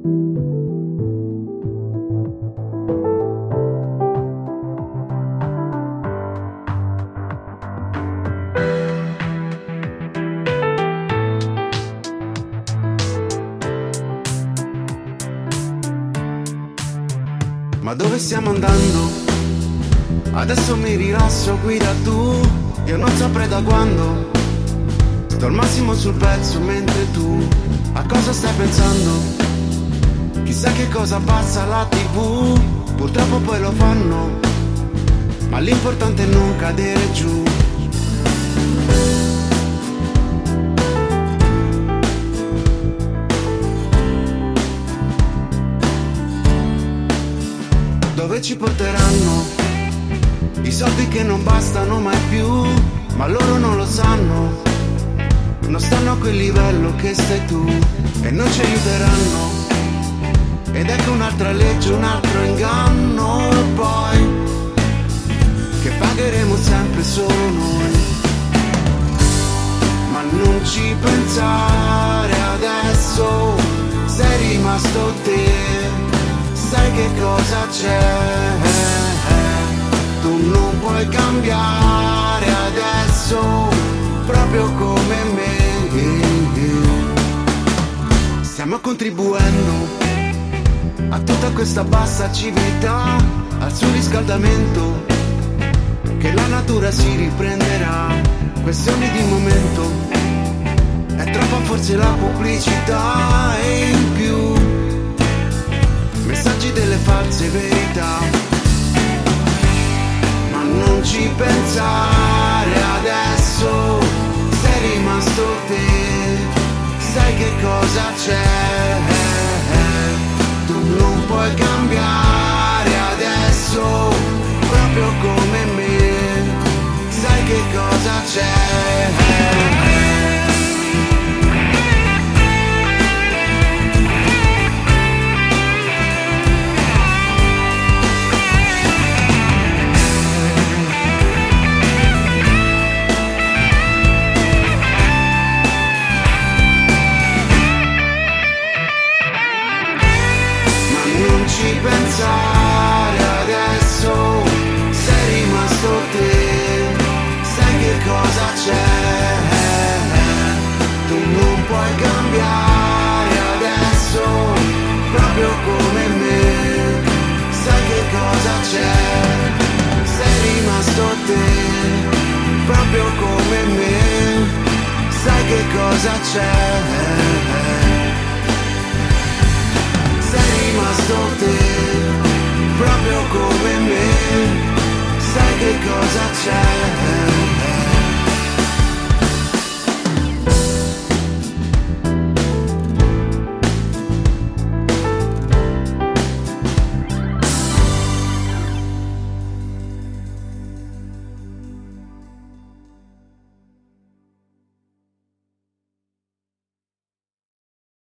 Ma dove stiamo andando? Adesso mi rilasso, guida tu. Io non saprei da quando sto al massimo sul pezzo, mentre tu a cosa stai pensando? Chissà che cosa passa alla TV. Purtroppo poi lo fanno, ma l'importante è non cadere giù. Dove ci porteranno i soldi che non bastano mai più? Ma loro non lo sanno, non stanno a quel livello che stai tu, e non ci aiuteranno. Ed ecco un'altra legge, un altro inganno, e poi che pagheremo sempre solo noi. Ma non ci pensare adesso, sei rimasto te. Sai che cosa c'è? Tu non puoi cambiare adesso, proprio come me. Stiamo contribuendo a tutta questa bassa civiltà, al surriscaldamento, che la natura si riprenderà. Questione di momento, è troppa forse la pubblicità, e in più messaggi delle false verità. Ma non ci pensare adesso, sei rimasto te. Sai che cosa c'è? Tu non puoi cambiare adesso, proprio come me. Sai che cosa c'è? Pensare adesso, sei rimasto te. Sai che cosa c'è? Tu non puoi cambiare adesso, proprio come me. Sai che cosa c'è? Sei rimasto te, proprio come me. Sai che cosa c'è? Sei rimasto te, proprio come me. Sai che cosa c'è?